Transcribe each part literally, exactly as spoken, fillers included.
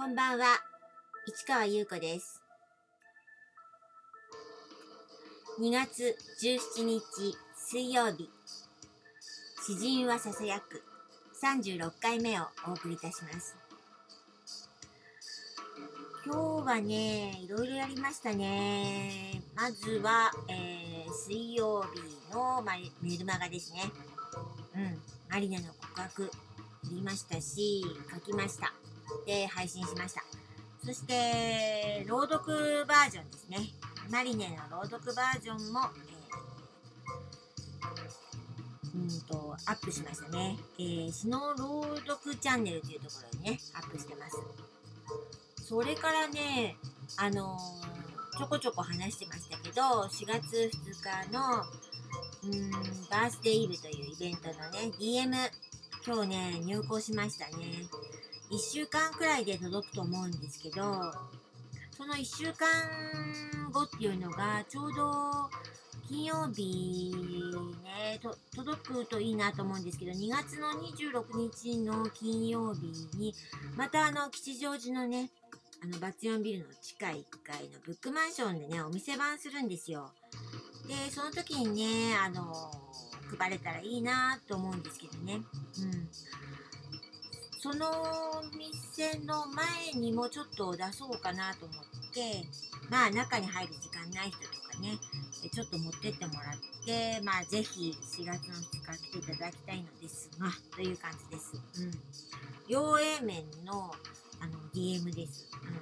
こんばんは、市川優子です。にがつじゅうしちにち水曜日、詩人はささやくさんじゅうろっかいめをお送りいたします。今日はね、いろいろやりましたね。まずは、えー、水曜日の、ま、メルマガですね。うん、マリナの告白言いましたし、書きました。で、配信しました。そして、朗読バージョンですね。マリネの朗読バージョンも、えー、うんと、アップしましたね。えー、詩の朗読チャンネルというところにね、アップしてます。それからね、あのー、ちょこちょこ話してましたけど、しがつふつかの、うーん、バースデーイブというイベントのね、ディーエム、今日ね、入稿しましたね。いっしゅうかんくらいで届くと思うんですけど、そのいっしゅうかんごっていうのがちょうど金曜日ねと届くといいなと思うんですけど、にがつのにじゅうろくにちの金曜日にまたあの吉祥寺のね、あのバツよんビルの地下いっかいのブックマンションでね、お店番するんですよ。でその時にね、あの配れたらいいなと思うんですけどね。うん、その店の前にもちょっと出そうかなと思って、まあ中に入る時間ない人とかね、ちょっと持ってってもらって、まあぜひしがつのふつか来ていただきたいのですが、という感じです。うん。両 A 面のあの ディーエム です。うん。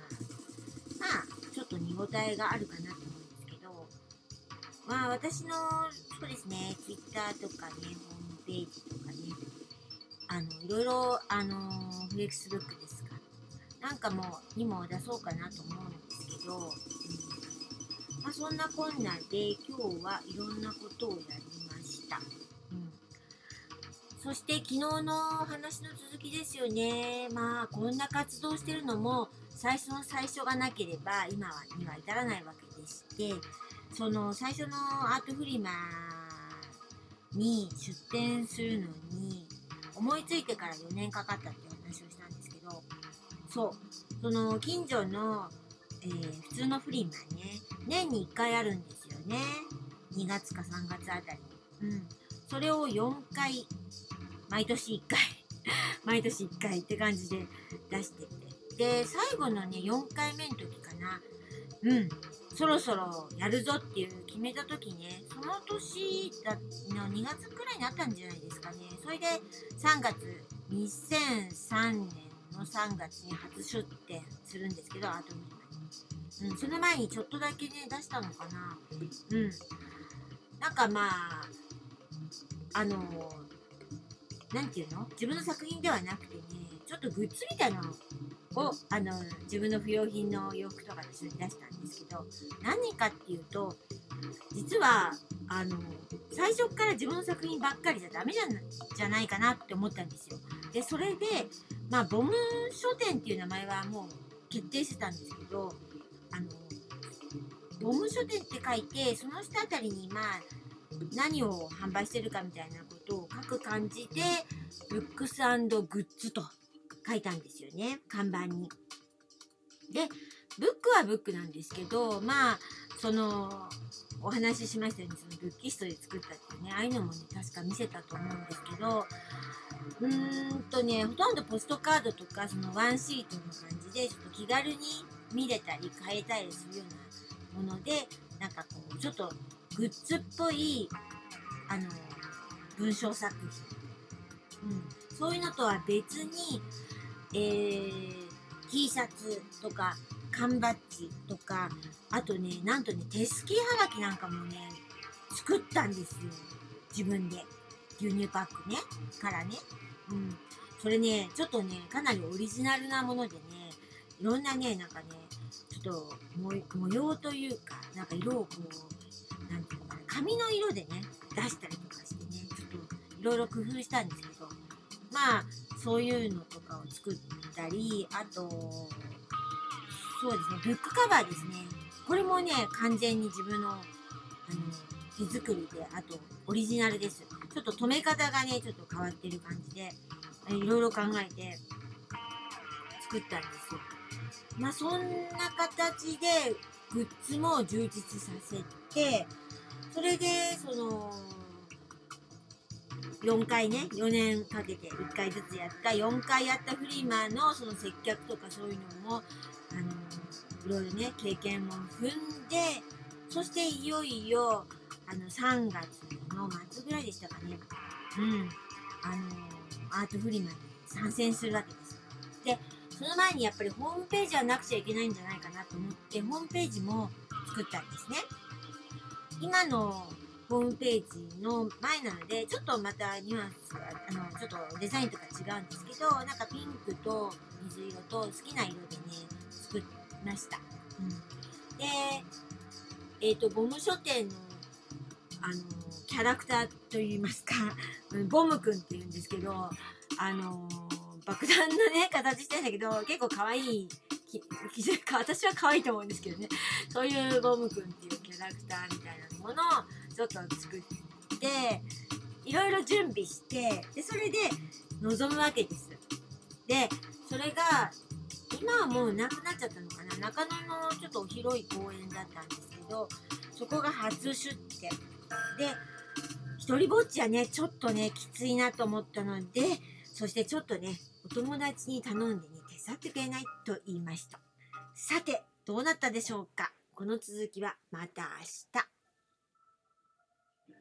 まあちょっと見応えがあるかなと思うんですけど、まあ私のそうですね、Twitter とかね、ホームページとかね、あのいろいろあのフレックスブックですかなんかもにも出そうかなと思うんですけど、うん、まあそんなこんなで今日はいろんなことをやりました。うん、そして昨日の話の続きですよね。まあこんな活動してるのも最初の最初がなければ今はには至らないわけでして、その最初のアートフリマに出展するのに思いついてからよねんかかったっていう話をしたんですけど、そうその近所の、えー、普通のフリマね、年にいっかいあるんですよね。にがつかさんがつあたりに、うん、それをよんかい、毎年いっかい毎年いっかいって感じで出してて、で最後のねよんかいめの時かな、うんそろそろやるぞっていう決めた時ね、その年だのにがつくらいになったんじゃないですかね。それでさんがつにせんさんねんのさんがつに初出店するんですけど、アートフリマに、うん、その前にちょっとだけね出したのかな。うんなんかまああのなんていうの、自分の作品ではなくてね、ちょっとグッズみたいなのをあの自分の不要品の洋服とかで一緒に出したんですけど、何かっていうと、実はあの最初から自分の作品ばっかりじゃダメじゃなじゃないかなって思ったんですよ。でそれでまあボム書店っていう名前はもう決定してたんですけど、あのボム書店って書いて、その下あたりにまあ何を販売してるかみたいなことを書く感じでブックス&グッズと書いたんですよね、看板に。でブックはブックなんですけど、まあそのお話ししましたように、そのブッキストで作ったっていうね、ああいうのもね確か見せたと思うんですけど、うーんとねほとんどポストカードとかそのワンシートの感じでちょっと気軽に見れたり買えたりするようなもので、なんかこうちょっとグッズっぽいあの文章作品、うん、そういうのとは別に、えー、T シャツとか缶バッジとか、あとねなんとね手すきはがきなんかもね作ったんですよ、自分で。牛乳パックねからね、うん、それねちょっとねかなりオリジナルなものでね、いろんなねなんかねちょっと模様というか、なんか色をこうなんていうのかな、紙の色でね出したりとかしてね、ちょっといろいろ工夫したんですけど、まあそういうのとかを作ったり、あとそうですねブックカバーですね。これもね完全に自分のあの手作りで、あとオリジナルです。ちょっと留め方がねちょっと変わってる感じで、いろいろ考えて作ったんですよ。 まあそんな形でグッズも充実させて、それでそのよんかいね、よねんかけていっかいずつやったよんかいやったフリマのその接客とかそういうのもあのいろいろね経験も踏んで、そしていよいよあのさんがつの末ぐらいでしたかね、うん、あのアートフリマに参戦するわけです。でその前にやっぱりホームページはなくちゃいけないんじゃないかなと思ってホームページも作ったんですね。今のホームページの前なのでちょっとまたニュアンスがあのちょっとデザインとか違うんですけど、なんかピンクと水色と好きな色でね作りました。うん、でえっ、ー、とボム書店のあのキャラクターといいますかボムくんっていうんですけど、あの爆弾のね形してんだけど結構可愛い私は可愛いと思うんですけどね、そういうボムくんっていうキャラクターみたいなものをちょっと作っていろいろ準備して、でそれで臨むわけです。でそれが今はもうなくなっちゃったのかな、中野のちょっと広い公園だったんですけど、そこが初出店で一人ぼっちはねちょっとねきついなと思ったので、そしてちょっとねお友達に頼んでね手伝ってくれないと言いました。さてどうなったでしょうか。この続きはまた明日。